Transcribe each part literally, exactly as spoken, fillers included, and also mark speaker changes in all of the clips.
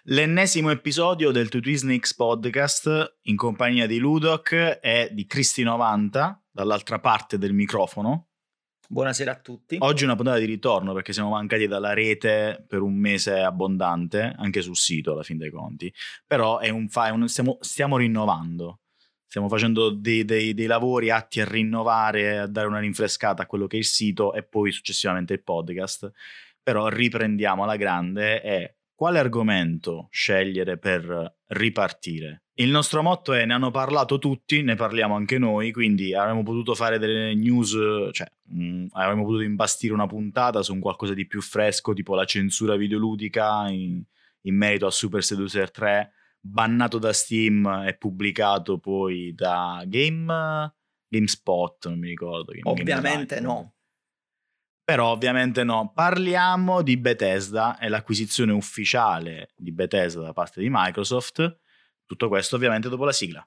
Speaker 1: L'ennesimo episodio del Twitwisnix podcast in compagnia di Ludok e di Cristi novanta dall'altra parte del microfono.
Speaker 2: Buonasera a tutti.
Speaker 1: Oggi è una puntata di ritorno perché siamo mancati dalla rete per un mese abbondante, anche sul sito alla fin dei conti, però è un fa- è un, stiamo, stiamo rinnovando, stiamo facendo dei, dei, dei lavori atti a rinnovare, a dare una rinfrescata a quello che è il sito e poi successivamente il podcast. Però riprendiamo alla grande e quale argomento scegliere per ripartire? Il nostro motto è: ne hanno parlato tutti, ne parliamo anche noi, quindi avremmo potuto fare delle news, cioè mh, avremmo potuto imbastire una puntata su un qualcosa di più fresco, tipo la censura videoludica in, in merito a Super Seducer tre, bannato da Steam e pubblicato poi da Game GameSpot, non mi ricordo. Game,
Speaker 2: Ovviamente
Speaker 1: Game
Speaker 2: no.
Speaker 1: Però ovviamente no, parliamo di Bethesda e l'acquisizione ufficiale di Bethesda da parte di Microsoft. Tutto questo ovviamente dopo la sigla.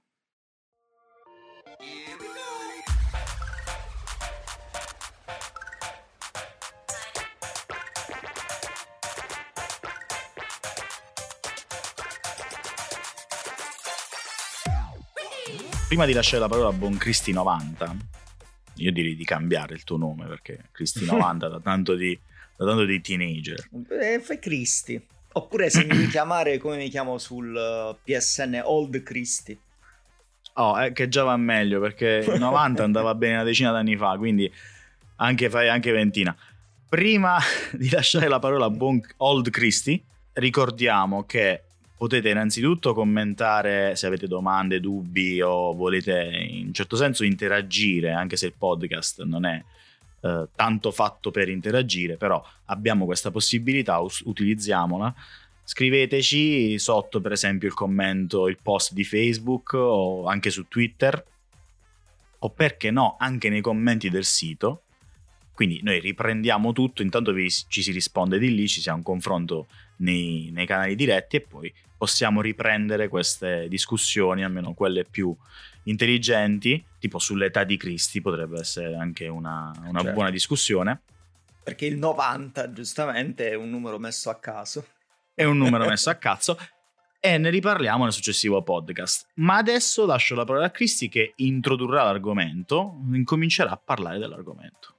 Speaker 1: Prima di lasciare la parola a buon Cristi novanta, io direi di cambiare il tuo nome perché Cristi novanta da tanto di, da tanto di teenager.
Speaker 2: Eh, fai Cristi. Oppure se mi vuoi chiamare come mi chiamo sul uh, P S N, Old Cristi.
Speaker 1: Oh, eh, che già va meglio perché il novanta andava bene una decina d'anni fa, quindi anche fai anche ventina. Prima di lasciare la parola a buon Old Cristi, ricordiamo che potete innanzitutto commentare se avete domande, dubbi o volete in un certo senso interagire, anche se il podcast non è eh, tanto fatto per interagire, però abbiamo questa possibilità, us- utilizziamola. Scriveteci sotto per esempio il commento, il post di Facebook o anche su Twitter, o perché no anche nei commenti del sito. Quindi noi riprendiamo tutto, intanto vi, ci si risponde di lì, ci sia un confronto nei, nei canali diretti e poi possiamo riprendere queste discussioni, almeno quelle più intelligenti, tipo sull'età di Cristi potrebbe essere anche una, una
Speaker 2: Certo.
Speaker 1: buona discussione.
Speaker 2: Perché il novanta giustamente è un numero messo a caso.
Speaker 1: È un numero messo a cazzo e ne riparliamo nel successivo podcast. Ma adesso lascio la parola a Cristi che introdurrà l'argomento, incomincerà a parlare dell'argomento.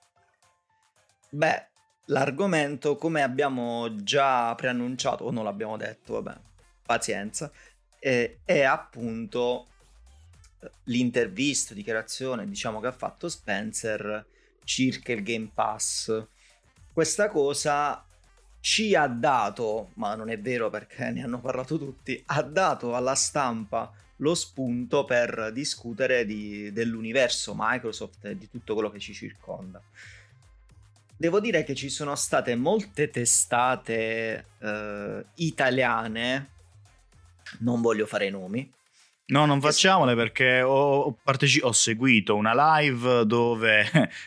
Speaker 2: Beh, l'argomento, come abbiamo già preannunciato, o non l'abbiamo detto, vabbè, pazienza, è, è appunto l'intervista, dichiarazione, diciamo, che ha fatto Spencer circa il Game Pass. Questa cosa ci ha dato, ma non è vero perché ne hanno parlato tutti, ha dato alla stampa lo spunto per discutere di, dell'universo Microsoft e di tutto quello che ci circonda. Devo dire che ci sono state molte testate eh, italiane, non voglio fare nomi.
Speaker 1: No, non facciamole perché ho, ho, parteci- ho seguito una live dove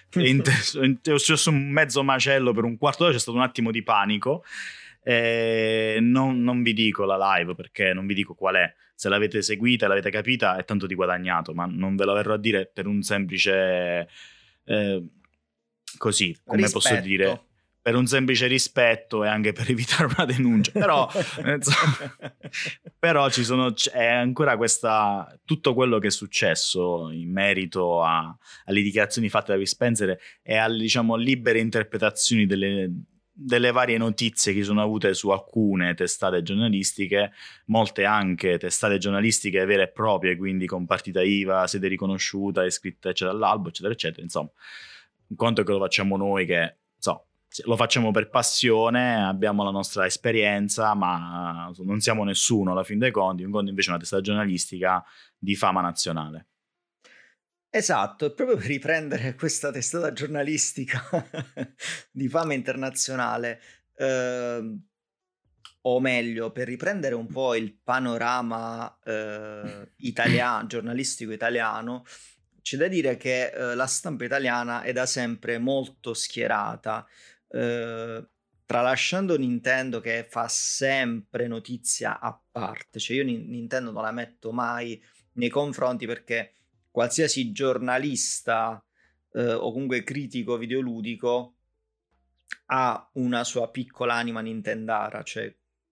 Speaker 1: è successo un mezzo macello per un quarto d'ora, c'è stato un attimo di panico. Eh, non, non vi dico la live perché non vi dico qual è. Se l'avete seguita, l'avete capita, è tanto di guadagnato, ma non ve la verrò a dire per un semplice... Eh, così, come
Speaker 2: Rispetto.
Speaker 1: posso dire, per un semplice rispetto e anche per evitare una denuncia, però insomma, però ci sono, è ancora questa, tutto quello che è successo in merito a, alle dichiarazioni fatte da Phil Spencer e alle, diciamo, libere interpretazioni delle, delle varie notizie che sono avute su alcune testate giornalistiche, molte anche testate giornalistiche vere e proprie, quindi con partita I V A, sede riconosciuta, iscritta eccetera all'albo, eccetera eccetera, insomma. In conto che lo facciamo noi, che so, lo facciamo per passione, abbiamo la nostra esperienza, ma non siamo nessuno alla fin dei conti. In conto invece è una testata giornalistica di fama nazionale.
Speaker 2: Esatto, e proprio per riprendere questa testata giornalistica di fama internazionale, eh, o meglio, per riprendere un po' il panorama eh, italiano, giornalistico italiano, c'è da dire che eh, la stampa italiana è da sempre molto schierata, eh, tralasciando Nintendo che fa sempre notizia a parte, cioè io Nintendo non la metto mai nei confronti perché qualsiasi giornalista eh, o comunque critico videoludico ha una sua piccola anima nintendara, cioè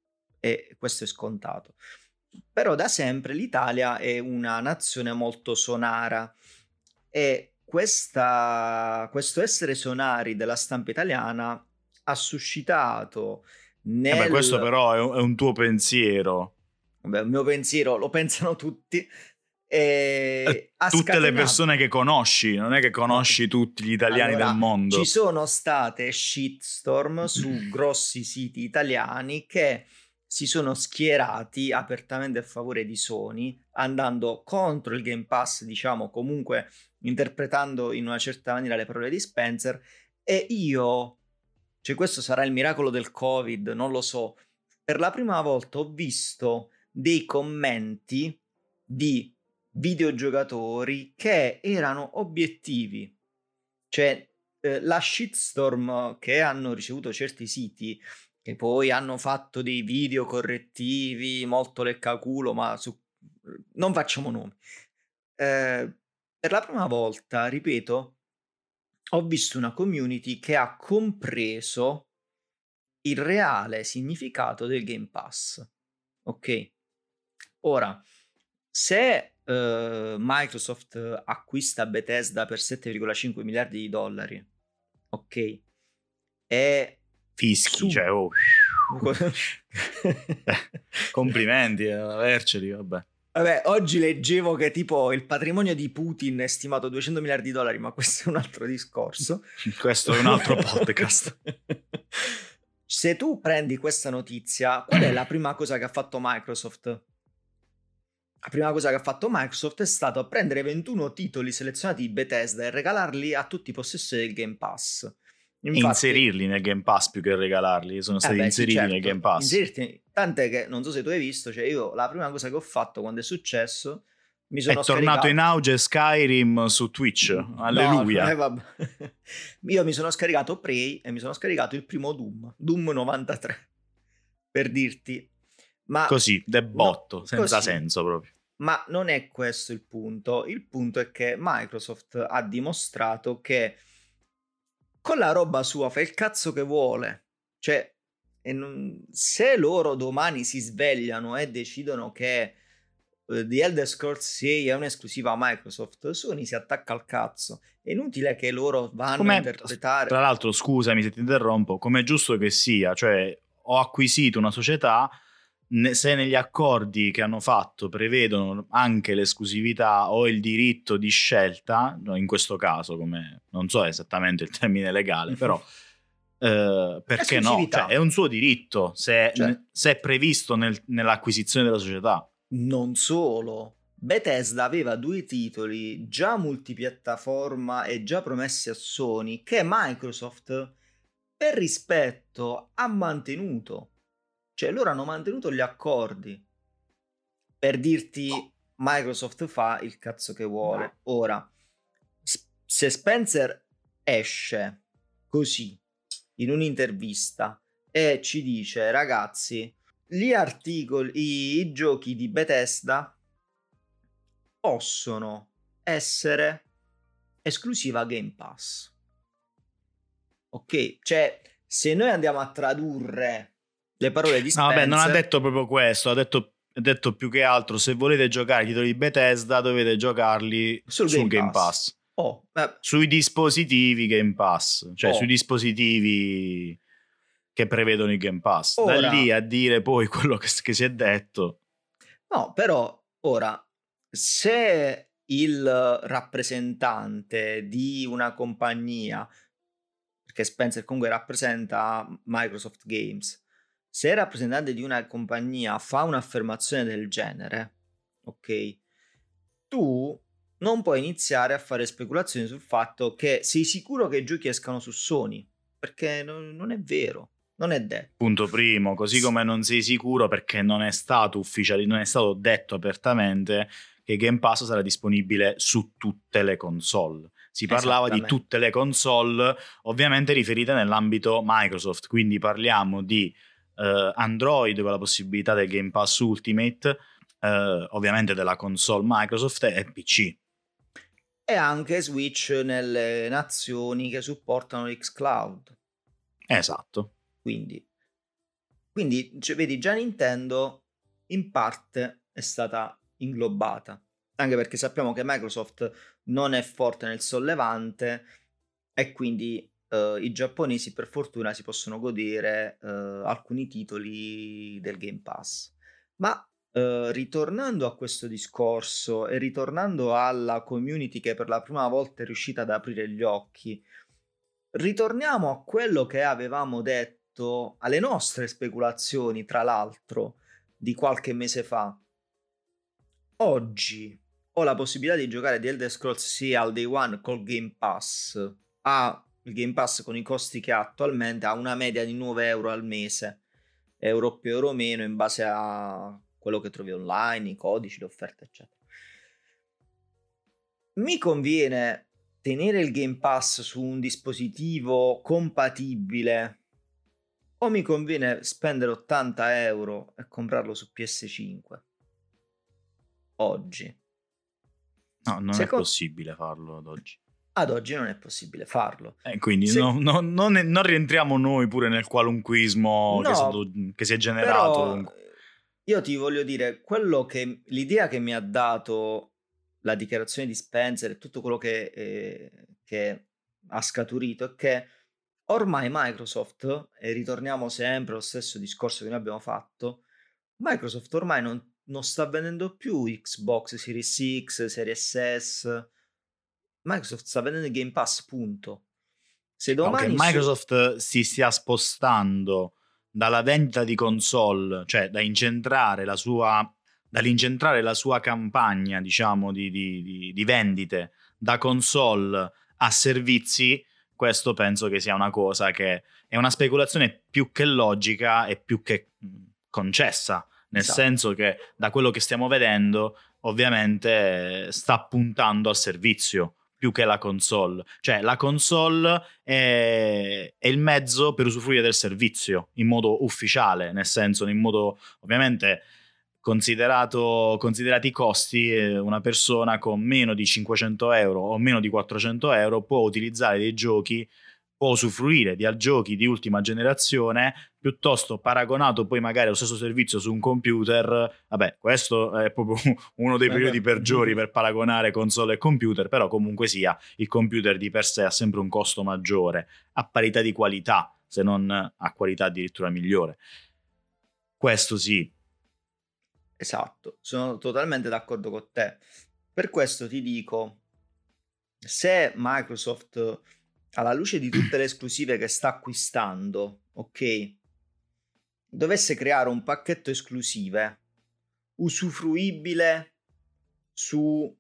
Speaker 2: e questo è scontato. Però da sempre l'Italia è una nazione molto sonara e questa, questo essere sonari della stampa italiana ha suscitato
Speaker 1: Eh beh, questo
Speaker 2: nel...
Speaker 1: però è un, è un tuo pensiero.
Speaker 2: Beh, il mio pensiero lo pensano tutti.
Speaker 1: Eh,
Speaker 2: E ha
Speaker 1: Tutte le
Speaker 2: scatenato...
Speaker 1: persone che conosci, non è che
Speaker 2: No.
Speaker 1: conosci tutti gli italiani
Speaker 2: Allora,
Speaker 1: del mondo.
Speaker 2: ci sono state shitstorm su grossi siti italiani che si sono schierati apertamente a favore di Sony, andando contro il Game Pass, diciamo, comunque interpretando in una certa maniera le parole di Spencer. E io, cioè questo sarà il miracolo del Covid, non lo so, per la prima volta ho visto dei commenti di videogiocatori che erano obiettivi. Cioè, eh, la shitstorm che hanno ricevuto certi siti, che poi hanno fatto dei video correttivi molto leccaculo, ma su... non facciamo nomi. Eh, per la prima volta, ripeto, ho visto una community che ha compreso il reale significato del Game Pass. Ok? Ora, se uh, Microsoft acquista Bethesda per sette virgola cinque miliardi di dollari, ok, e
Speaker 1: Fischi,
Speaker 2: su...
Speaker 1: cioè, oh. Complimenti a averceli, vabbè.
Speaker 2: Vabbè, oggi leggevo che tipo il patrimonio di Putin è stimato duecento miliardi di dollari, ma questo è un altro discorso.
Speaker 1: Questo è un altro podcast.
Speaker 2: Se tu prendi questa notizia, qual è la prima cosa che ha fatto Microsoft? La prima cosa che ha fatto Microsoft è stato prendere ventuno titoli selezionati di Bethesda e regalarli a tutti i possessori del Game Pass.
Speaker 1: Infatti, inserirli nel Game Pass più che regalarli, sono stati
Speaker 2: eh beh,
Speaker 1: inseriti
Speaker 2: sì, certo.
Speaker 1: nel Game Pass.
Speaker 2: Inserirti, tant'è che non so se tu hai visto, cioè io la prima cosa che ho fatto quando è successo mi sono
Speaker 1: è
Speaker 2: scaricato...
Speaker 1: tornato in auge Skyrim su Twitch, alleluia.
Speaker 2: No, eh, vabbè. Io mi sono scaricato Prey e mi sono scaricato il primo Doom, Doom novantatré, per dirti. Ma
Speaker 1: così, debotto,
Speaker 2: no,
Speaker 1: senza
Speaker 2: così.
Speaker 1: senso proprio.
Speaker 2: Ma non è questo il punto. Il punto è che Microsoft ha dimostrato che con la roba sua fa il cazzo che vuole. Cioè, e non... se loro domani si svegliano e decidono che uh, The Elder Scrolls sei è un'esclusiva Microsoft, Sony si attacca al cazzo. È inutile che loro vanno
Speaker 1: Com'è,
Speaker 2: a interpretare...
Speaker 1: Tra l'altro, scusami se ti interrompo, com'è giusto che sia, cioè ho acquisito una società, se negli accordi che hanno fatto prevedono anche l'esclusività o il diritto di scelta, in questo caso, come non so esattamente il termine legale, però eh, perché no? Cioè, è un suo diritto se,
Speaker 2: cioè,
Speaker 1: n- se è previsto nel, nell'acquisizione della società.
Speaker 2: Non solo, Bethesda aveva due titoli già multipiattaforma e già promessi a Sony che Microsoft, per rispetto, ha mantenuto. Cioè loro hanno mantenuto gli accordi. Per dirti, Microsoft fa il cazzo che vuole. Ora, se Spencer esce così in un'intervista e ci dice, ragazzi, gli articoli, i giochi di Bethesda possono essere esclusiva Game Pass. Ok, cioè se noi andiamo a tradurre le parole di Spencer...
Speaker 1: No, vabbè, non ha detto proprio questo, ha detto, ha detto più che altro, se volete giocare i titoli di Bethesda dovete giocarli
Speaker 2: sul,
Speaker 1: sul
Speaker 2: Game,
Speaker 1: Game
Speaker 2: Pass.
Speaker 1: Pass.
Speaker 2: Oh, eh.
Speaker 1: Sui dispositivi Game Pass, cioè
Speaker 2: oh.
Speaker 1: sui dispositivi che prevedono il Game Pass.
Speaker 2: Ora,
Speaker 1: da lì a dire poi quello che, che si è detto.
Speaker 2: No, però ora, se il rappresentante di una compagnia, perché Spencer comunque rappresenta Microsoft Games, se il rappresentante di una compagnia fa un'affermazione del genere, ok, tu non puoi iniziare a fare speculazioni sul fatto che sei sicuro che i giochi escano su Sony, perché non, non è vero. Non è detto.
Speaker 1: Punto primo, così come non sei sicuro perché non è stato ufficiale, non è stato detto apertamente che Game Pass sarà disponibile su tutte le console. Si parlava di tutte le console, ovviamente riferite nell'ambito Microsoft, quindi parliamo di eh, Android con la possibilità del Game Pass Ultimate, eh, ovviamente della console Microsoft e P C.
Speaker 2: E anche Switch nelle nazioni che supportano xCloud.
Speaker 1: Esatto.
Speaker 2: Quindi Quindi, cioè, vedi, già Nintendo in parte è stata inglobata, anche perché sappiamo che Microsoft non è forte nel sollevante e quindi uh, i giapponesi per fortuna si possono godere uh, alcuni titoli del Game Pass. Ma uh, ritornando a questo discorso e ritornando alla community che per la prima volta è riuscita ad aprire gli occhi, ritorniamo a quello che avevamo detto, alle nostre speculazioni, tra l'altro, di qualche mese fa. Oggi ho la possibilità di giocare di Elder Scrolls sia al day one col Game Pass, a il Game Pass con i costi che ha attualmente, ha una media di nove euro al mese, euro più euro meno in base a quello che trovi online, i codici, le offerte eccetera. Mi conviene tenere il Game Pass su un dispositivo compatibile o mi conviene spendere ottanta euro e comprarlo su P S cinque oggi?
Speaker 1: No, non
Speaker 2: Seco-
Speaker 1: è possibile farlo ad oggi.
Speaker 2: Ad oggi non è possibile farlo.
Speaker 1: Eh, quindi
Speaker 2: Se-
Speaker 1: no, no, non, è- non rientriamo noi pure nel qualunquismo
Speaker 2: No,
Speaker 1: che, è stato- che si è generato.
Speaker 2: però
Speaker 1: comunque.
Speaker 2: io ti voglio dire, quello che l'idea che mi ha dato la dichiarazione di Spencer e tutto quello che, eh, che ha scaturito è che ormai Microsoft, e ritorniamo sempre allo stesso discorso che noi abbiamo fatto, Microsoft ormai non, non sta vendendo più Xbox Series X, Series S, Microsoft sta vendendo il Game Pass, punto. Se
Speaker 1: No, che
Speaker 2: domani su-
Speaker 1: Microsoft si stia spostando dalla vendita di console, cioè da incentrare la sua, dall'incentrare la sua campagna, diciamo, di, di, di, di vendite da console a servizi, questo penso che sia una cosa che è una speculazione più che logica e più che mh, concessa, nel
Speaker 2: Esatto.
Speaker 1: senso che da quello che stiamo vedendo ovviamente sta puntando al servizio più che la console. Cioè la console è, è il mezzo per usufruire del servizio in modo ufficiale, nel senso, in modo ovviamente considerato, considerati i costi, eh, una persona con meno di cinquecento euro o meno di quattrocento euro può utilizzare dei giochi, può usufruire di giochi di ultima generazione, piuttosto paragonato poi magari allo stesso servizio su un computer. Vabbè, questo è proprio uno dei periodi peggiori per paragonare console e computer, però comunque sia, il computer di per sé ha sempre un costo maggiore, a parità di qualità, se non a qualità addirittura migliore. Questo sì.
Speaker 2: Esatto, sono totalmente d'accordo con te. Per questo ti dico, se Microsoft, alla luce di tutte le esclusive che sta acquistando, ok, dovesse creare un pacchetto esclusive usufruibile su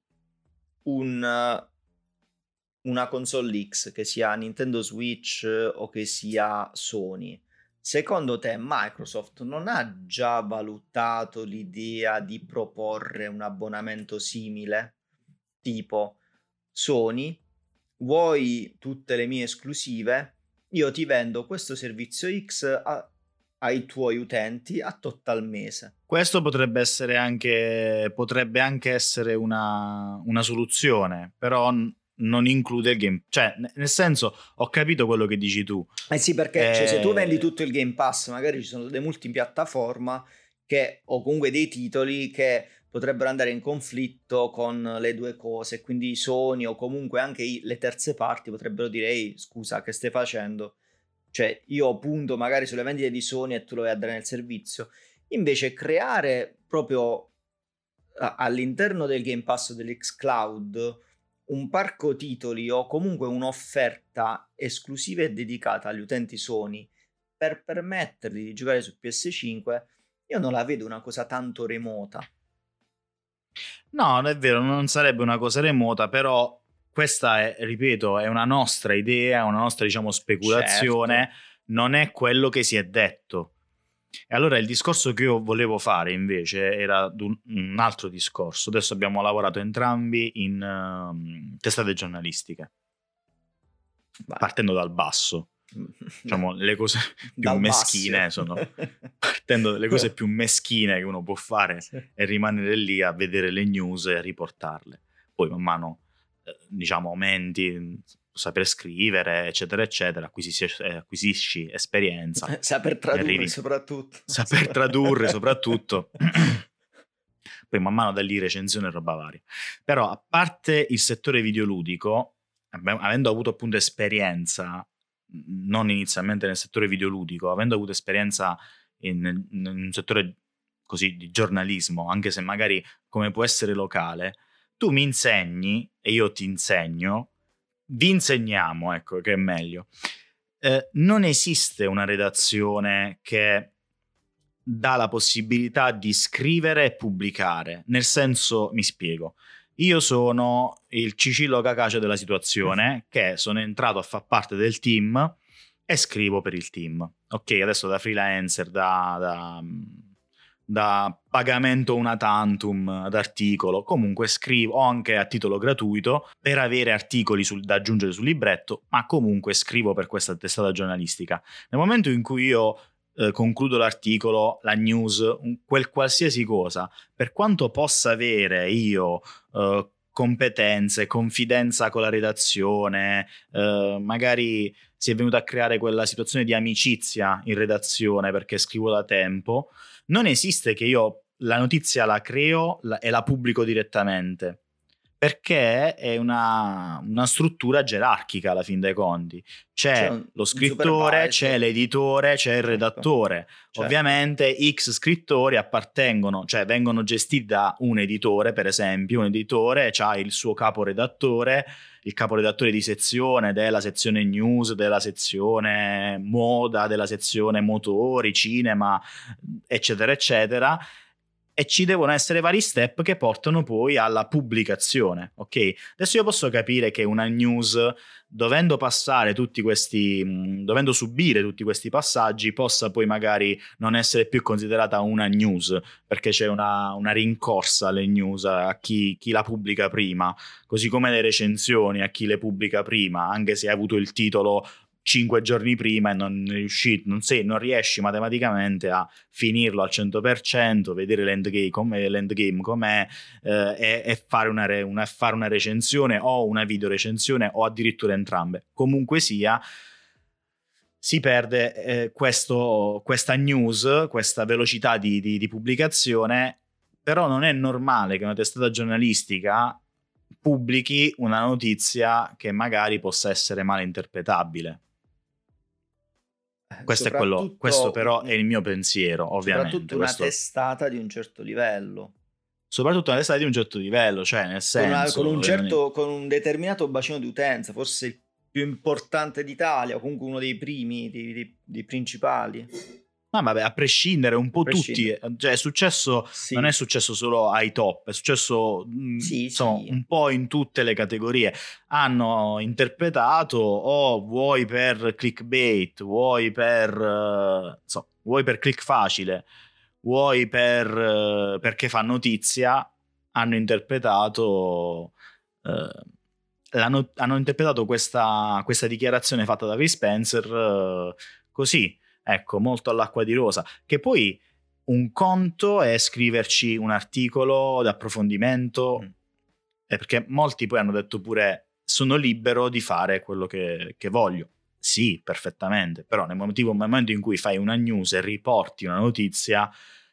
Speaker 2: un, una console X, che sia Nintendo Switch o che sia Sony, secondo te Microsoft non ha già valutato l'idea di proporre un abbonamento simile? Tipo, Sony, vuoi tutte le mie esclusive? Io ti vendo questo servizio X a, ai tuoi utenti a tot al mese.
Speaker 1: Questo potrebbe essere anche, potrebbe anche essere una, una soluzione, però n- non include il game. Cioè, n- nel senso, ho capito quello che dici tu.
Speaker 2: Eh sì, perché
Speaker 1: Eh,
Speaker 2: cioè, se tu vendi tutto il Game Pass, magari ci sono dei multipiattaforma che, o comunque dei titoli che potrebbero andare in conflitto con le due cose, quindi Sony o comunque anche i, le terze parti potrebbero dire: ehi, scusa, che stai facendo? Cioè, io punto magari sulle vendite di Sony e tu lo vai a dare nel servizio. Invece creare proprio a, all'interno del Game Pass o dell'xCloud un parco titoli o comunque un'offerta esclusiva e dedicata agli utenti Sony per permettergli di giocare su P S cinque, io non la vedo una cosa tanto remota.
Speaker 1: No, non è vero, non sarebbe una cosa remota, però questa è, ripeto, è una nostra idea, una nostra, diciamo, speculazione,
Speaker 2: Certo.
Speaker 1: non è quello che si è detto. E allora il discorso che io volevo fare invece era un, un altro discorso. Adesso abbiamo lavorato entrambi in uh, testate giornalistiche,
Speaker 2: Vai.
Speaker 1: partendo dal basso. Diciamo, le cose più
Speaker 2: Dal
Speaker 1: meschine
Speaker 2: basso.
Speaker 1: sono partendo dalle cose più meschine che uno può fare e rimanere lì a vedere le news e riportarle. Poi man mano, eh, diciamo, aumenti, saper scrivere, eccetera, eccetera, acquisisci, eh, acquisisci esperienza.
Speaker 2: Saper tradurre arrivi, soprattutto.
Speaker 1: Saper tradurre soprattutto. Poi man mano da lì recensione e roba varia. Però a parte il settore videoludico, avendo avuto appunto esperienza, non inizialmente nel settore videoludico, avendo avuto esperienza in, in un settore così di giornalismo, anche se magari come può essere locale, tu mi insegni e io ti insegno, vi insegniamo, ecco che è meglio. Eh, non esiste una redazione che dà la possibilità di scrivere e pubblicare, nel senso, mi spiego, io sono il Cicillo Cacace della situazione, che sono entrato a far parte del team e scrivo per il team, ok, adesso da freelancer, da, da, da pagamento una tantum, ad articolo, comunque scrivo, o anche a titolo gratuito, per avere articoli sul, da aggiungere sul libretto, ma comunque scrivo per questa testata giornalistica. Nel momento in cui io Eh, concludo l'articolo, la news, un, quel qualsiasi cosa, per quanto possa avere io eh, competenze, confidenza con la redazione, eh, magari si è venuta a creare quella situazione di amicizia in redazione perché scrivo da tempo, non esiste che io la notizia la creo la, e la pubblico direttamente, perché è una, una struttura gerarchica alla fin dei conti. C'è, c'è un, lo scrittore, c'è l'editore, c'è il redattore. Certo. Ovviamente X scrittori appartengono, cioè vengono gestiti da un editore, per esempio, un editore ha il suo caporedattore, il caporedattore di sezione della sezione news, della sezione moda, della sezione motori, cinema, eccetera, eccetera. E ci devono essere vari step che portano poi alla pubblicazione, ok? Adesso io posso capire che una news, dovendo passare tutti questi, mh, dovendo subire tutti questi passaggi, possa poi magari non essere più considerata una news, perché c'è una, una rincorsa alle news a chi, chi la pubblica prima, così come le recensioni a chi le pubblica prima, anche se ha avuto il titolo cinque giorni prima e non riuscì, non, sei, non riesci matematicamente a finirlo al cento per cento, vedere l'endgame com'è, l'endgame com'è eh, e, e fare, una re, una, fare una recensione o una video recensione o addirittura entrambe. Comunque sia, si perde eh, questo, questa news, questa velocità di, di, di pubblicazione, però non è normale che una testata giornalistica pubblichi una notizia che magari possa essere male interpretabile. Questo è quello, questo però è il mio pensiero, ovviamente.
Speaker 2: Soprattutto una
Speaker 1: questo...
Speaker 2: testata di un certo livello.
Speaker 1: Soprattutto una testata di un certo livello, cioè nel senso...
Speaker 2: Con, una, con, un, certo, con un determinato bacino di utenza, forse il più importante d'Italia, o comunque uno dei primi, dei, dei, dei principali.
Speaker 1: Ma ah, vabbè, a prescindere un po' prescindere. tutti, cioè è successo, sì. Non è successo solo ai top, è successo sì, insomma, sì. un po' in tutte le categorie. Hanno interpretato o oh, vuoi per clickbait, vuoi per uh, so, vuoi per click facile, vuoi per uh, perché fa notizia, hanno interpretato uh, l'hanno, hanno interpretato questa, questa dichiarazione fatta da Chris Spencer uh, così. Ecco, molto all'acqua di rosa, che poi un conto è scriverci un articolo d'approfondimento, mm. eh, perché molti poi hanno detto pure sono libero di fare quello che, che voglio. Sì, perfettamente, però nel momento, nel momento in cui fai una news e riporti una notizia,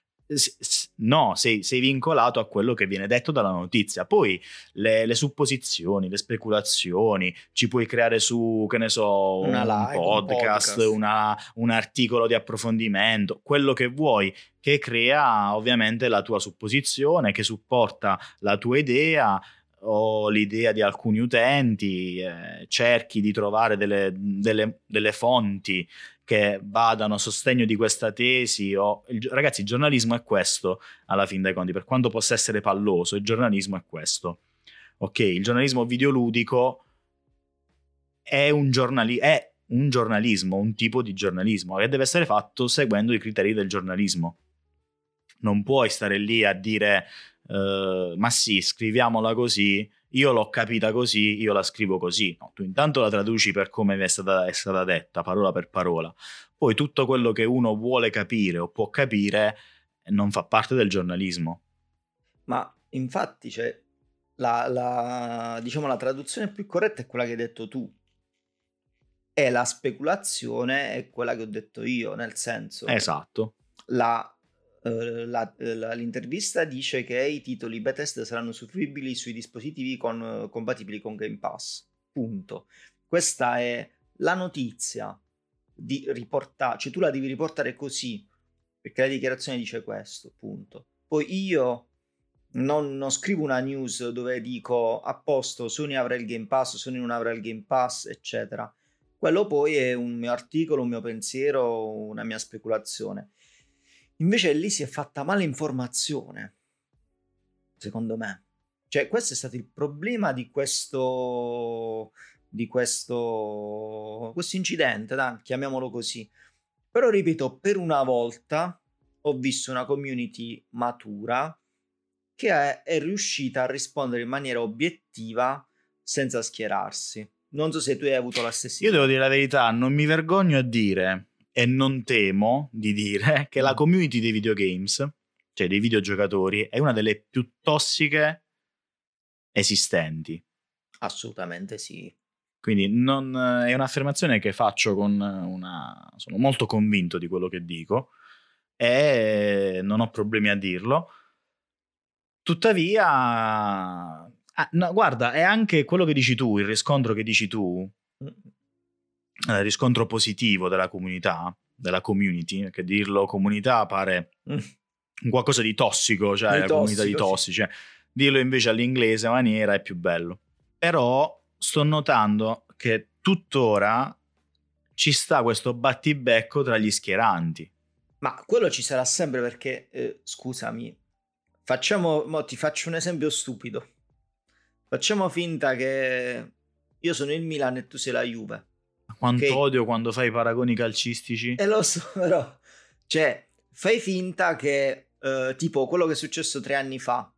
Speaker 1: no, sei, sei vincolato a quello che viene detto dalla notizia. Poi le, le supposizioni, le speculazioni, ci puoi creare su, che ne so,
Speaker 2: una
Speaker 1: un,
Speaker 2: live,
Speaker 1: podcast,
Speaker 2: un, podcast.
Speaker 1: Una, un articolo di approfondimento, quello che vuoi, che crea ovviamente la tua supposizione, che supporta la tua idea o l'idea di alcuni utenti, eh, cerchi di trovare delle, delle, delle fonti che vadano a sostegno di questa tesi o... Ragazzi, il giornalismo è questo alla fin dei conti, per quanto possa essere palloso, il giornalismo è questo, ok? Il giornalismo videoludico è un, giornali... è un giornalismo, un tipo di giornalismo che deve essere fatto seguendo i criteri del giornalismo. Non puoi stare lì a dire uh, ma sì, scriviamola così, io l'ho capita così, io la scrivo così. No, tu intanto la traduci per come è stata, è stata detta, parola per parola. Poi tutto quello che uno vuole capire o può capire non fa parte del giornalismo.
Speaker 2: Ma infatti, cioè, la, la, diciamo, la traduzione più corretta è quella che hai detto tu. E la speculazione è quella che ho detto io, nel senso,
Speaker 1: Esatto.
Speaker 2: la, eh, la- la- l'intervista dice che i titoli Bethesda saranno fruibili sui dispositivi con- compatibili con Game Pass. Punto. Questa è la notizia di riportare, cioè tu la devi riportare così, perché la dichiarazione dice questo, punto. Poi io non, non scrivo una news dove dico a posto, Sony avrà il Game Pass, Sony non avrà il Game Pass, eccetera. Quello poi è un mio articolo, un mio pensiero, una mia speculazione. Invece lì si è fatta male informazione, secondo me. Cioè, questo è stato il problema di questo di questo questo incidente, dai, chiamiamolo così. Però ripeto, per una volta ho visto una community matura che è, è riuscita a rispondere in maniera obiettiva senza schierarsi. Non so se tu hai avuto la stessa
Speaker 1: Io
Speaker 2: idea.
Speaker 1: devo dire la verità, non mi vergogno a dire e non temo di dire che la
Speaker 2: Mm.
Speaker 1: community dei videogames, cioè dei videogiocatori, è una delle più tossiche esistenti.
Speaker 2: Assolutamente sì.
Speaker 1: Quindi non, è un'affermazione che faccio con una... sono molto convinto di quello che dico e non ho problemi a dirlo. Tuttavia, ah, no, guarda, è anche quello che dici tu, il riscontro che dici tu,
Speaker 2: Mm.
Speaker 1: il riscontro positivo della comunità, della community, che dirlo comunità pare
Speaker 2: Mm.
Speaker 1: un qualcosa di tossico, cioè
Speaker 2: Di
Speaker 1: la comunità di
Speaker 2: tossico, sì.
Speaker 1: tossici, cioè, dirlo invece all'inglese maniera è più bello. Però sto notando che tuttora ci sta questo battibecco tra gli schieranti.
Speaker 2: Ma quello ci sarà sempre perché, eh, scusami, facciamo, mo ti faccio un esempio stupido. Facciamo finta che io sono il Milan e tu sei la Juve.
Speaker 1: Quanto
Speaker 2: Ok?
Speaker 1: odio quando fai i paragoni calcistici.
Speaker 2: E lo so, però, cioè, fai finta che, eh, tipo, quello che è successo tre anni fa,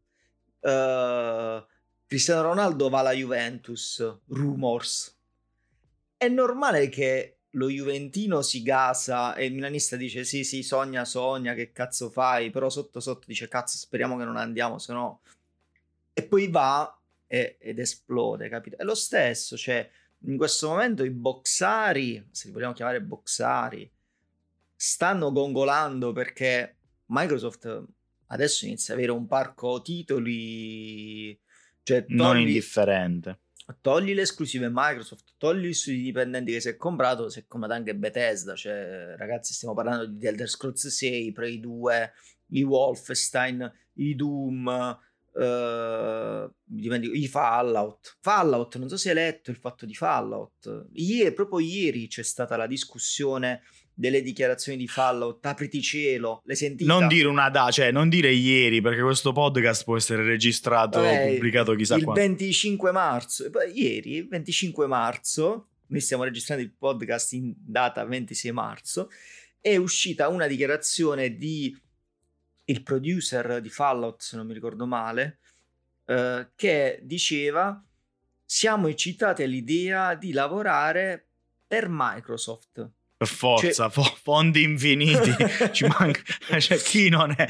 Speaker 2: eh, Cristiano Ronaldo va alla Juventus, rumors. È normale che lo juventino si gasa e il milanista dice sì, sì, sogna, sogna, che cazzo fai? Però sotto sotto dice cazzo, speriamo che non andiamo, se no... E poi va e- ed esplode, capito? È lo stesso, cioè, in questo momento i boxari, se li vogliamo chiamare boxari, stanno gongolando perché Microsoft adesso inizia ad avere un parco titoli, cioè
Speaker 1: Non
Speaker 2: togli,
Speaker 1: indifferente.
Speaker 2: togli le esclusive Microsoft, togli gli studi dipendenti che si è comprato, si è comprato anche Bethesda, cioè ragazzi stiamo parlando di Elder Scrolls sei, Prey due, i Wolfenstein, i Doom, eh, dimentico, i Fallout. Fallout, non so se hai letto il fatto di Fallout. Ieri, proprio ieri c'è stata la discussione delle dichiarazioni di Fallout, apriti cielo, l'hai sentita?
Speaker 1: Non dire una data, cioè non dire ieri, perché questo podcast può essere registrato,
Speaker 2: Vabbè,
Speaker 1: pubblicato chissà
Speaker 2: il
Speaker 1: quando.
Speaker 2: venticinque marzo, ieri, il venticinque marzo, noi stiamo registrando il podcast in data ventisei marzo, è uscita una dichiarazione di il producer di Fallout, se non mi ricordo male, eh, che diceva siamo eccitati all'idea di lavorare per Microsoft.
Speaker 1: Per forza,
Speaker 2: Cioè...
Speaker 1: fo- fondi infiniti, ci manca, cioè chi non è...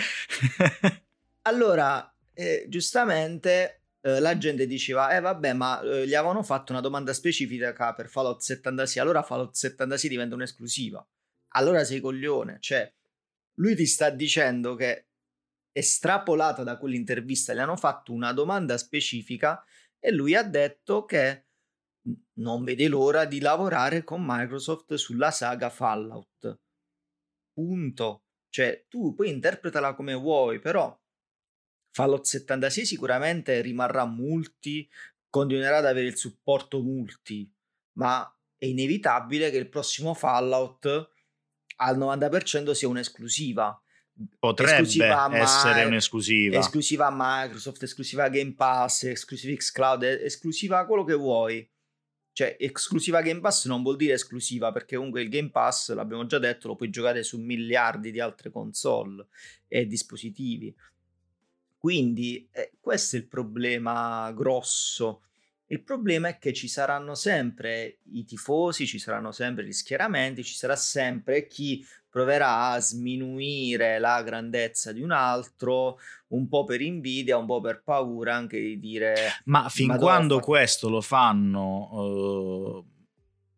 Speaker 2: Allora, eh, giustamente eh, la gente diceva, eh vabbè, ma eh, gli avevano fatto una domanda specifica per Fallout settantasei, allora Fallout settantasei diventa un'esclusiva. Allora sei coglione, cioè, lui ti sta dicendo che estrapolata da quell'intervista gli hanno fatto una domanda specifica e lui ha detto che non vede l'ora di lavorare con Microsoft sulla saga Fallout. Punto. Cioè, tu puoi interpretala come vuoi, però Fallout settantasei sicuramente rimarrà multi, continuerà ad avere il supporto multi, ma è inevitabile che il prossimo Fallout al novanta per cento sia un'esclusiva.
Speaker 1: Potrebbe
Speaker 2: Esclusiva a,
Speaker 1: essere
Speaker 2: Ma-
Speaker 1: un'esclusiva.
Speaker 2: esclusiva a Microsoft, esclusiva a Game Pass, esclusiva xCloud, esclusiva a quello che vuoi. Cioè, esclusiva Game Pass non vuol dire esclusiva, perché comunque il Game Pass, l'abbiamo già detto, lo puoi giocare su miliardi di altre console e dispositivi. Quindi eh, questo è il problema grosso. Il problema è che ci saranno sempre i tifosi, ci saranno sempre gli schieramenti, ci sarà sempre chi proverà a sminuire la grandezza di un altro, un po' per invidia, un po' per paura anche di dire
Speaker 1: Ma fin
Speaker 2: ma
Speaker 1: quando
Speaker 2: fa...
Speaker 1: questo lo fanno, uh,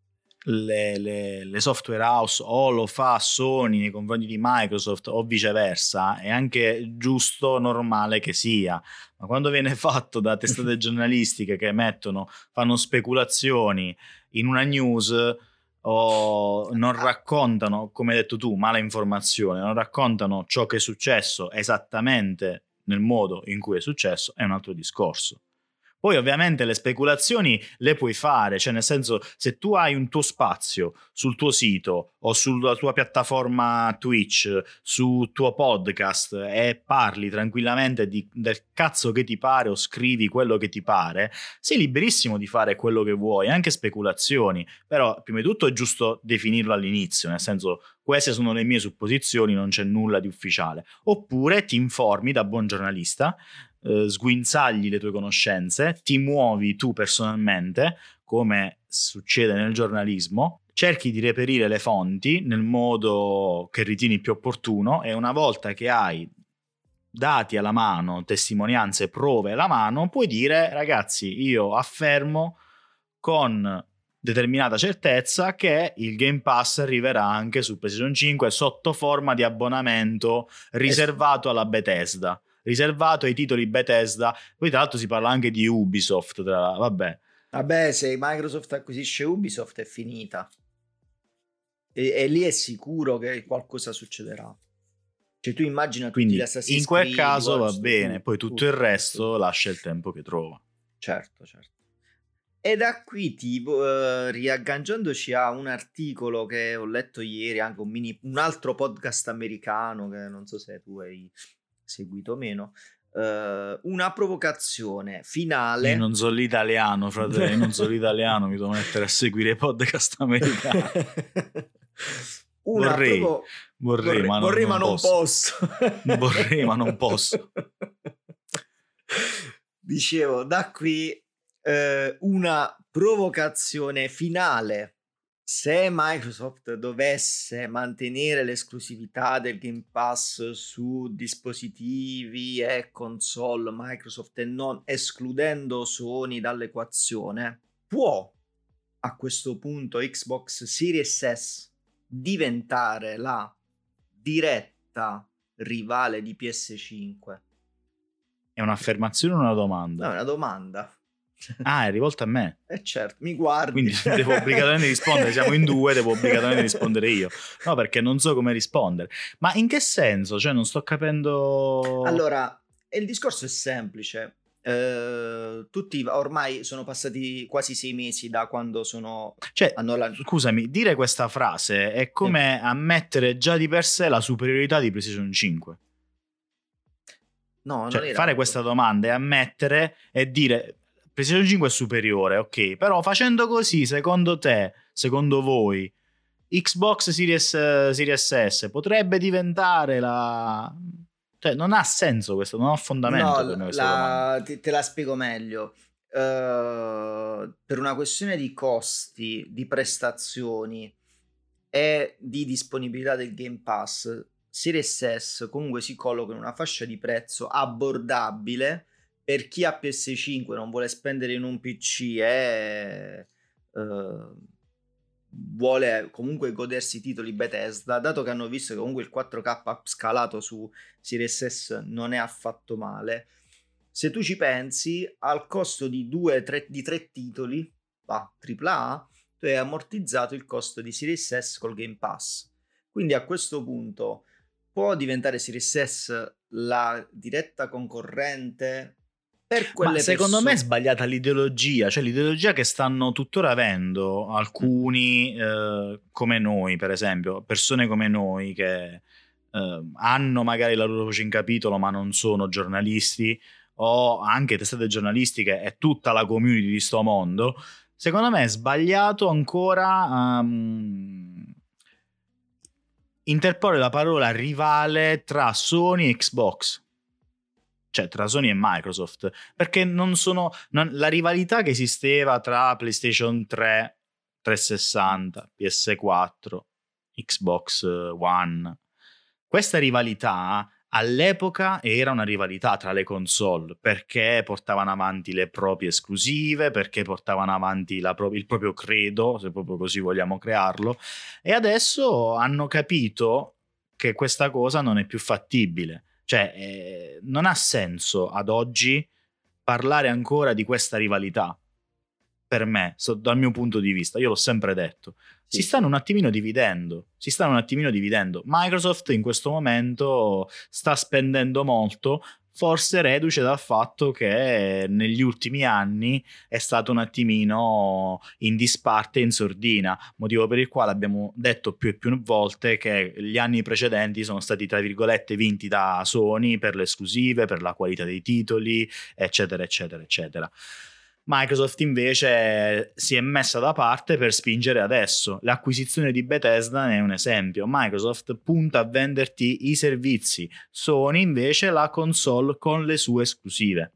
Speaker 1: le, le, le software house o lo fa Sony nei confronti di Microsoft o viceversa, è anche giusto, normale che sia. Ma quando viene fatto da testate giornalistiche che mettono, fanno speculazioni in una news o non raccontano, come hai detto tu, mala informazione, non raccontano ciò che è successo esattamente nel modo in cui è successo, è un altro discorso. Poi ovviamente le speculazioni le puoi fare, cioè nel senso, se tu hai un tuo spazio sul tuo sito o sulla tua piattaforma Twitch, sul tuo podcast e parli tranquillamente di, del cazzo che ti pare o scrivi quello che ti pare, sei liberissimo di fare quello che vuoi, anche speculazioni, però prima di tutto è giusto definirlo all'inizio, nel senso, queste sono le mie supposizioni, non c'è nulla di ufficiale. Oppure ti informi da buon giornalista, Uh, sguinzagli le tue conoscenze, ti muovi tu personalmente, come succede nel giornalismo, cerchi di reperire le fonti nel modo che ritieni più opportuno e una volta che hai dati alla mano, testimonianze, prove alla mano, puoi dire: ragazzi, io affermo con determinata certezza che il Game Pass arriverà anche su PlayStation cinque sotto forma di abbonamento riservato alla Bethesda, riservato ai titoli Bethesda. Poi tra l'altro si parla anche di Ubisoft, tra... vabbè.
Speaker 2: Vabbè, se Microsoft acquisisce Ubisoft è finita. E, e lì è sicuro che qualcosa succederà. Cioè tu immagina tutti
Speaker 1: Quindi
Speaker 2: gli Assassin's
Speaker 1: in quel
Speaker 2: Creed,
Speaker 1: caso va
Speaker 2: tutto,
Speaker 1: bene, poi tutto, tutto il resto
Speaker 2: tutto.
Speaker 1: lascia il tempo che trova.
Speaker 2: Certo, certo. E da qui, tipo, uh, riagganciandoci a un articolo che ho letto ieri, anche un, mini, un altro podcast americano, che non so se tu hai seguito o meno, uh, una provocazione finale.
Speaker 1: Io non so l'italiano, fratello, io non so l'italiano, mi devo mettere a seguire i podcast americani.
Speaker 2: Una
Speaker 1: vorrei,
Speaker 2: provo-
Speaker 1: vorrei,
Speaker 2: vorrei,
Speaker 1: ma non,
Speaker 2: vorrei,
Speaker 1: non
Speaker 2: ma non
Speaker 1: posso.
Speaker 2: posso.
Speaker 1: Vorrei, ma non posso.
Speaker 2: Dicevo, da qui eh, una provocazione finale. Se Microsoft dovesse mantenere l'esclusività del Game Pass su dispositivi e console Microsoft e non escludendo Sony dall'equazione, può a questo punto Xbox Series S diventare la diretta rivale di P S cinque?
Speaker 1: È un'affermazione o una domanda?
Speaker 2: No, è una domanda.
Speaker 1: Ah, è rivolta a me.
Speaker 2: Eh certo, mi guardi.
Speaker 1: Quindi devo obbligatoriamente rispondere, siamo in due, devo obbligatoriamente rispondere io. No, perché non so come rispondere. Ma in che senso? Cioè, non sto capendo...
Speaker 2: Allora, il discorso è semplice. Uh, tutti ormai sono passati quasi sei mesi da quando sono
Speaker 1: cioè
Speaker 2: hanno...
Speaker 1: scusami, dire questa frase è come sì. ammettere già di per sé la superiorità di PlayStation cinque.
Speaker 2: No,
Speaker 1: cioè,
Speaker 2: non era
Speaker 1: fare
Speaker 2: molto.
Speaker 1: questa domanda è ammettere e dire PlayStation cinque è superiore, ok, però facendo così, secondo te, secondo voi, Xbox Series, Series S potrebbe diventare la... Cioè, non ha senso questo, non ha fondamento
Speaker 2: no,
Speaker 1: per me questa
Speaker 2: la...
Speaker 1: domanda.
Speaker 2: Te, te la spiego meglio. Uh, per una questione di costi, di prestazioni e di disponibilità del Game Pass, Series S comunque si colloca in una fascia di prezzo abbordabile per chi ha P S cinque, non vuole spendere in un P C e uh, vuole comunque godersi i titoli Bethesda, dato che hanno visto che comunque il quattro K upscalato su Series S non è affatto male. Se tu ci pensi, al costo di due, tre, di tre titoli, ah, tripla A, tu hai ammortizzato il costo di Series S col Game Pass. Quindi a questo punto può diventare Series S la diretta concorrente per quelle
Speaker 1: Ma secondo
Speaker 2: persone...
Speaker 1: me è sbagliata l'ideologia, cioè l'ideologia che stanno tuttora avendo alcuni eh, come noi, per esempio, persone come noi che eh, hanno magari la loro voce in capitolo ma non sono giornalisti, o anche testate giornalistiche e tutta la community di sto mondo. Secondo me è sbagliato ancora um, interporre la parola rivale tra Sony e Xbox, cioè tra Sony e Microsoft, perché non sono non, la rivalità che esisteva tra PlayStation tre, trecentosessanta, P S quattro, Xbox One, questa rivalità all'epoca era una rivalità tra le console, perché portavano avanti le proprie esclusive, perché portavano avanti la pro- il proprio credo, se proprio così vogliamo crearlo, e adesso hanno capito che questa cosa non è più fattibile. Cioè, eh, non ha senso ad oggi parlare ancora di questa rivalità. Per me, so, dal mio punto di vista, io l'ho sempre detto,
Speaker 2: Sì,
Speaker 1: si stanno
Speaker 2: sì.
Speaker 1: un attimino dividendo, si stanno un attimino dividendo. Microsoft in questo momento sta spendendo molto, forse reduce dal fatto che negli ultimi anni è stato un attimino in disparte, in sordina, motivo per il quale abbiamo detto più e più volte che gli anni precedenti sono stati, tra virgolette, vinti da Sony per le esclusive, per la qualità dei titoli, eccetera, eccetera, eccetera. Microsoft invece si è messa da parte per spingere adesso. L'acquisizione di Bethesda ne è un esempio. Microsoft punta a venderti i servizi, Sony invece la console con le sue esclusive.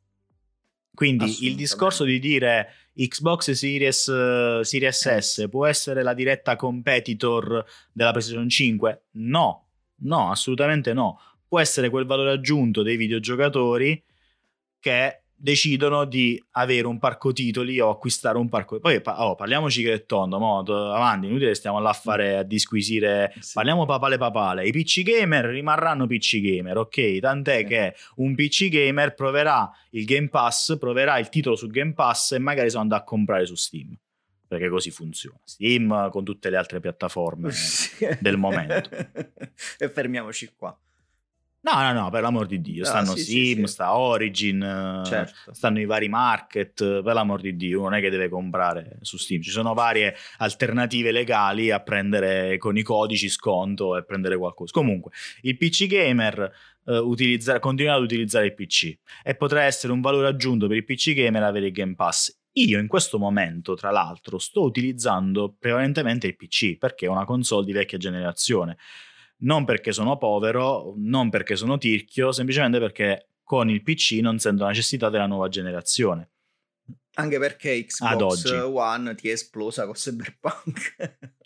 Speaker 1: Quindi il discorso di dire Xbox Series, uh, Series S può essere la diretta competitor della PlayStation cinque? No, no, assolutamente no. Può essere quel valore aggiunto dei videogiocatori che decidono di avere un parco titoli o acquistare un parco. Poi oh, parliamoci che è tondo, mo, avanti, inutile stiamo là a fare a disquisire. Sì. Parliamo papale papale. I P C gamer rimarranno P C gamer, ok? Tant'è sì. che un P C gamer proverà il Game Pass, proverà il titolo su Game Pass e magari sono andato a comprare su Steam. Perché così funziona. Steam con tutte le altre piattaforme sì. del momento.
Speaker 2: E fermiamoci qua.
Speaker 1: No, no, no, per l'amor di Dio, stanno no, sì, Steam, sì, sì. sta Origin, certo. stanno i vari market, per l'amor di Dio, non è che deve comprare su Steam, ci sono varie alternative legali a prendere con i codici sconto e prendere qualcosa. Comunque, il P C gamer uh, utilizza, continua ad utilizzare il P C e potrà essere un valore aggiunto per il P C gamer avere il Game Pass. Io in questo momento, tra l'altro, sto utilizzando prevalentemente il P C perché è una console di vecchia generazione. Non perché sono povero, non perché sono tirchio, semplicemente perché con il P C non sento la necessità della nuova generazione.
Speaker 2: Anche perché Xbox One ti è esplosa con Cyberpunk.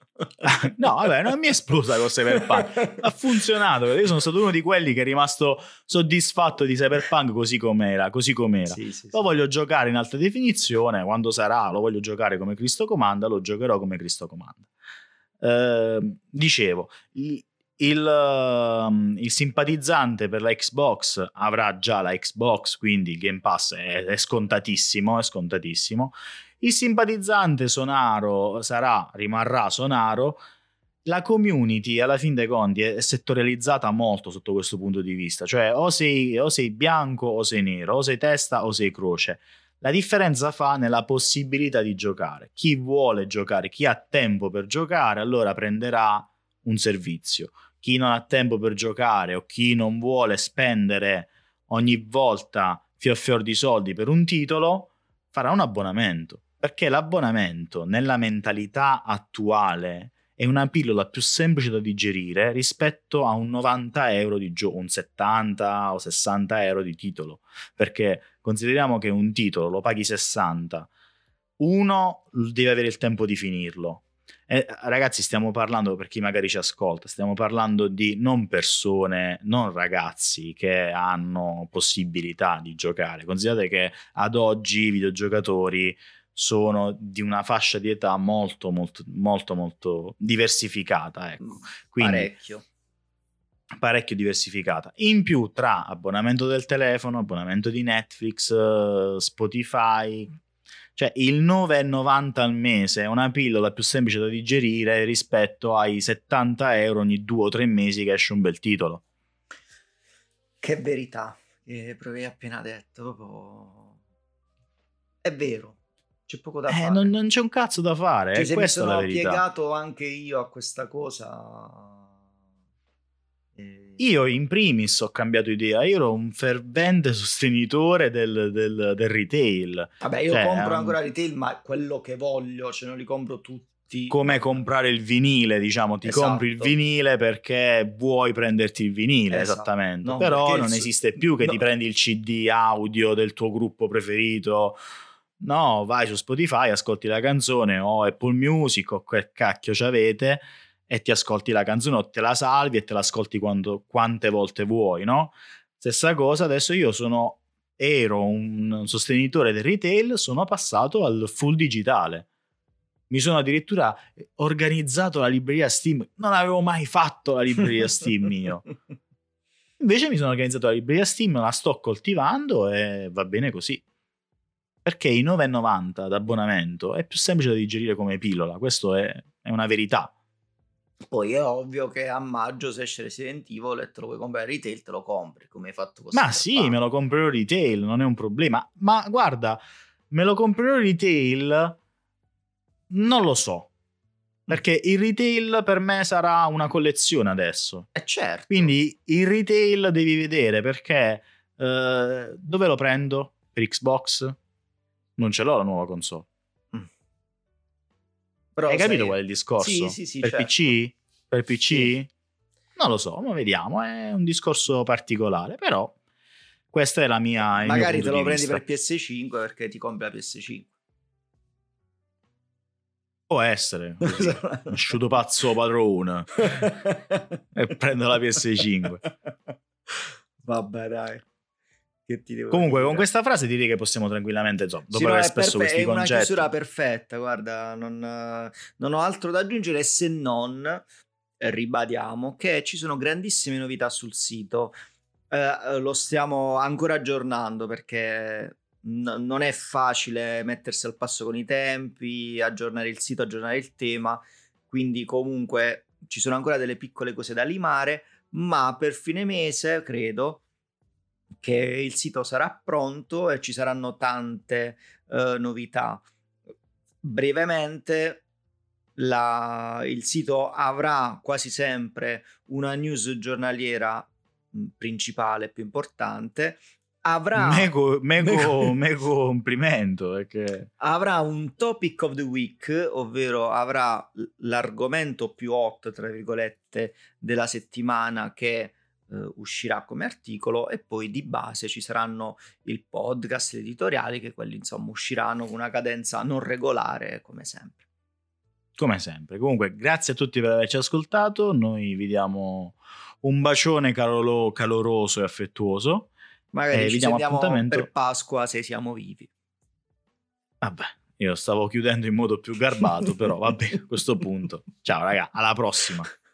Speaker 1: No, vabbè, non mi è esplosa con Cyberpunk. Ha funzionato. Io sono stato uno di quelli che è rimasto soddisfatto di Cyberpunk così com'era, così com'era. Sì, sì, lo sì. voglio giocare in alta definizione, quando sarà, lo voglio giocare come Cristo comanda, lo giocherò come Cristo comanda. Eh, dicevo, Il, il simpatizzante per la Xbox avrà già la Xbox, quindi il Game Pass è, è scontatissimo, è scontatissimo. Il simpatizzante sonaro sarà, rimarrà sonaro. La community alla fin dei conti è settorializzata molto sotto questo punto di vista, cioè o sei, o sei bianco o sei nero, o sei testa o sei croce. La differenza fa nella possibilità di giocare. Chi vuole giocare, chi ha tempo per giocare, allora prenderà un servizio. Chi non ha tempo per giocare o chi non vuole spendere ogni volta fior fior di soldi per un titolo farà un abbonamento, perché l'abbonamento nella mentalità attuale è una pillola più semplice da digerire rispetto a un novanta euro di gioco, un settanta o sessanta euro di titolo, perché consideriamo che un titolo lo paghi sessanta, uno deve avere il tempo di finirlo. Eh, ragazzi, stiamo parlando, per chi magari ci ascolta, stiamo parlando di non persone, non ragazzi che hanno possibilità di giocare. Considerate che ad oggi i videogiocatori sono di una fascia di età molto molto molto molto diversificata, ecco. Quindi,
Speaker 2: parecchio
Speaker 1: parecchio diversificata. In più, tra abbonamento del telefono, abbonamento di Netflix, Spotify, cioè il nove e novanta al mese è una pillola più semplice da digerire rispetto ai settanta euro ogni due o tre mesi che esce un bel titolo.
Speaker 2: Che verità, che proprio hai appena detto, proprio... è vero, c'è poco da
Speaker 1: eh,
Speaker 2: fare.
Speaker 1: Non, non c'è un cazzo da fare, cioè,
Speaker 2: è
Speaker 1: se questa
Speaker 2: mi
Speaker 1: è la
Speaker 2: sono
Speaker 1: verità.
Speaker 2: piegato anche io a questa cosa...
Speaker 1: Io in primis ho cambiato idea, io ero un fervente sostenitore del, del, del retail.
Speaker 2: Vabbè, io
Speaker 1: cioè,
Speaker 2: compro
Speaker 1: um,
Speaker 2: ancora retail, ma quello che voglio, cioè non li compro tutti.
Speaker 1: Come comprare il vinile, diciamo, ti esatto. compri il vinile perché vuoi prenderti il vinile, esatto. esattamente. No, però non esiste più che no. ti prendi il C D audio del tuo gruppo preferito. No, vai su Spotify, ascolti la canzone o Apple Music o quel cacchio c'avete e ti ascolti la canzone o te la salvi e te la ascolti quando, quante volte vuoi, no? Stessa cosa, adesso io sono ero un sostenitore del retail, sono passato al full digitale. Mi sono addirittura organizzato la libreria Steam, non avevo mai fatto la libreria Steam io. Invece mi sono organizzato la libreria Steam, la sto coltivando e va bene così. Perché i nove e novanta d'abbonamento è più semplice da digerire come pillola, questo è, è una verità.
Speaker 2: Poi è ovvio che a maggio se esce Resident Evil e te lo vuoi comprare retail, te lo compri, come hai fatto con
Speaker 1: Ma sì, me lo comprerò retail, non è un problema. Ma guarda, me lo comprerò retail, non lo so. Perché il retail per me sarà una collezione adesso.
Speaker 2: Eh certo.
Speaker 1: Quindi il retail devi vedere perché eh, dove lo prendo? Per Xbox? Non ce l'ho la nuova console. Mm. Però hai capito sai... qual è il discorso?
Speaker 2: Sì, sì, sì,
Speaker 1: per
Speaker 2: certo.
Speaker 1: P C? Per P C?
Speaker 2: Sì.
Speaker 1: Non lo so, ma vediamo, è un discorso particolare, però questa è la mia... Il
Speaker 2: Magari
Speaker 1: mio
Speaker 2: te lo prendi
Speaker 1: vista.
Speaker 2: per P S cinque perché ti compri la P S cinque.
Speaker 1: Può essere, così. Asciutto pazzo padrone e prendo la P S cinque.
Speaker 2: Vabbè, dai. Che ti devo
Speaker 1: Comunque,
Speaker 2: dire?
Speaker 1: Con questa frase direi che possiamo tranquillamente, insomma, dopo
Speaker 2: sì,
Speaker 1: aver
Speaker 2: no,
Speaker 1: espresso
Speaker 2: perfe-
Speaker 1: questi
Speaker 2: è una
Speaker 1: concetti.
Speaker 2: chiusura perfetta, guarda, non, non ho altro da aggiungere se non eh, ribadiamo che ci sono grandissime novità sul sito. Eh, lo stiamo ancora aggiornando perché n- non è facile mettersi al passo con i tempi, aggiornare il sito, aggiornare il tema, quindi comunque ci sono ancora delle piccole cose da limare, ma per fine mese credo che il sito sarà pronto e ci saranno tante uh, novità. Brevemente la, il sito avrà quasi sempre una news giornaliera mh, principale, più importante. Avrà
Speaker 1: mego, mego, mego, mego complimento perché...
Speaker 2: avrà un topic of the week, ovvero avrà l'argomento più hot, tra virgolette, della settimana che Uh, uscirà come articolo, e poi di base ci saranno il podcast, gli editoriali, che quelli insomma usciranno con una cadenza non regolare come sempre.
Speaker 1: Come sempre. Comunque grazie a tutti per averci ascoltato, noi vi diamo un bacione caloro- caloroso e affettuoso.
Speaker 2: Magari
Speaker 1: e
Speaker 2: ci
Speaker 1: vi diamo
Speaker 2: sentiamo
Speaker 1: appuntamento
Speaker 2: per Pasqua se siamo vivi.
Speaker 1: Vabbè, io stavo chiudendo in modo più garbato, però vabbè, a questo punto. Ciao raga, alla prossima.